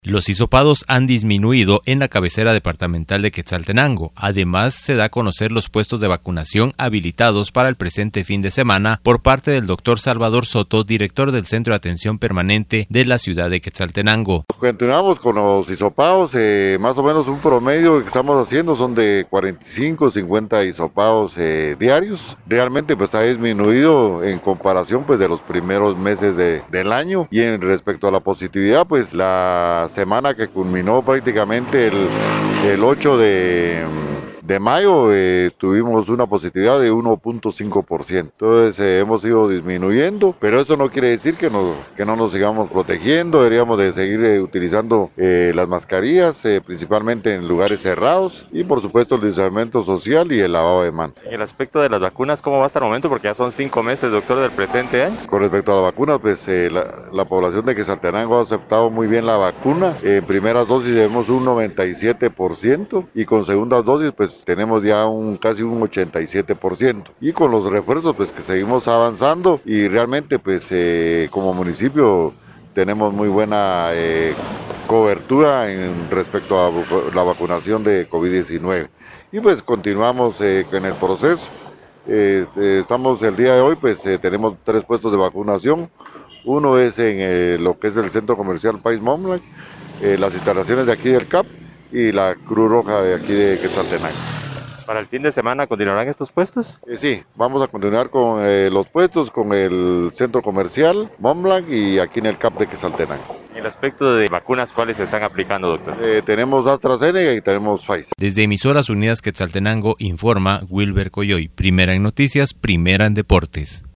Los hisopados han disminuido en la cabecera departamental de Quetzaltenango. Además, se da a conocer los puestos de vacunación habilitados para el presente fin de semana por parte del doctor Salvador Soto, director del Centro de Atención Permanente de la ciudad de Quetzaltenango. Continuamos con los hisopados, más o menos un promedio que estamos haciendo son de 45, 50 hisopados diarios. Realmente pues ha disminuido en comparación pues de los primeros meses del año, y en respecto a la positividad, pues la semana que culminó prácticamente el 8 de mayo tuvimos una positividad de 1.5%. Entonces hemos ido disminuyendo, pero eso no quiere decir que no nos sigamos protegiendo. Deberíamos de seguir utilizando las mascarillas, principalmente en lugares cerrados, y por supuesto el distanciamiento social y el lavado de manos. En el aspecto de las vacunas, ¿cómo va hasta el momento? Porque ya son 5 meses, doctor, del presente año. Con respecto a la vacuna, pues la población de Quetzaltenango ha aceptado muy bien la vacuna. En primeras dosis tenemos un 97%, y con segundas dosis pues tenemos ya casi un 87%, y con los refuerzos pues que seguimos avanzando, y realmente pues como municipio tenemos muy buena cobertura en respecto a la vacunación de COVID-19, y pues continuamos en el proceso. Estamos el día de hoy, pues tenemos 3 puestos de vacunación. Uno es en lo que es el Centro Comercial País Montblanc, las instalaciones de aquí del CAP y la Cruz Roja de aquí de Quetzaltenango. ¿Para el fin de semana continuarán estos puestos? Sí, vamos a continuar con los puestos, con el Centro Comercial Montblanc y aquí en el CAP de Quetzaltenango. En el aspecto de vacunas, ¿cuáles se están aplicando, doctor? Tenemos AstraZeneca y tenemos Pfizer. Desde Emisoras Unidas Quetzaltenango informa Wilber Coyoy, primera en noticias, primera en deportes.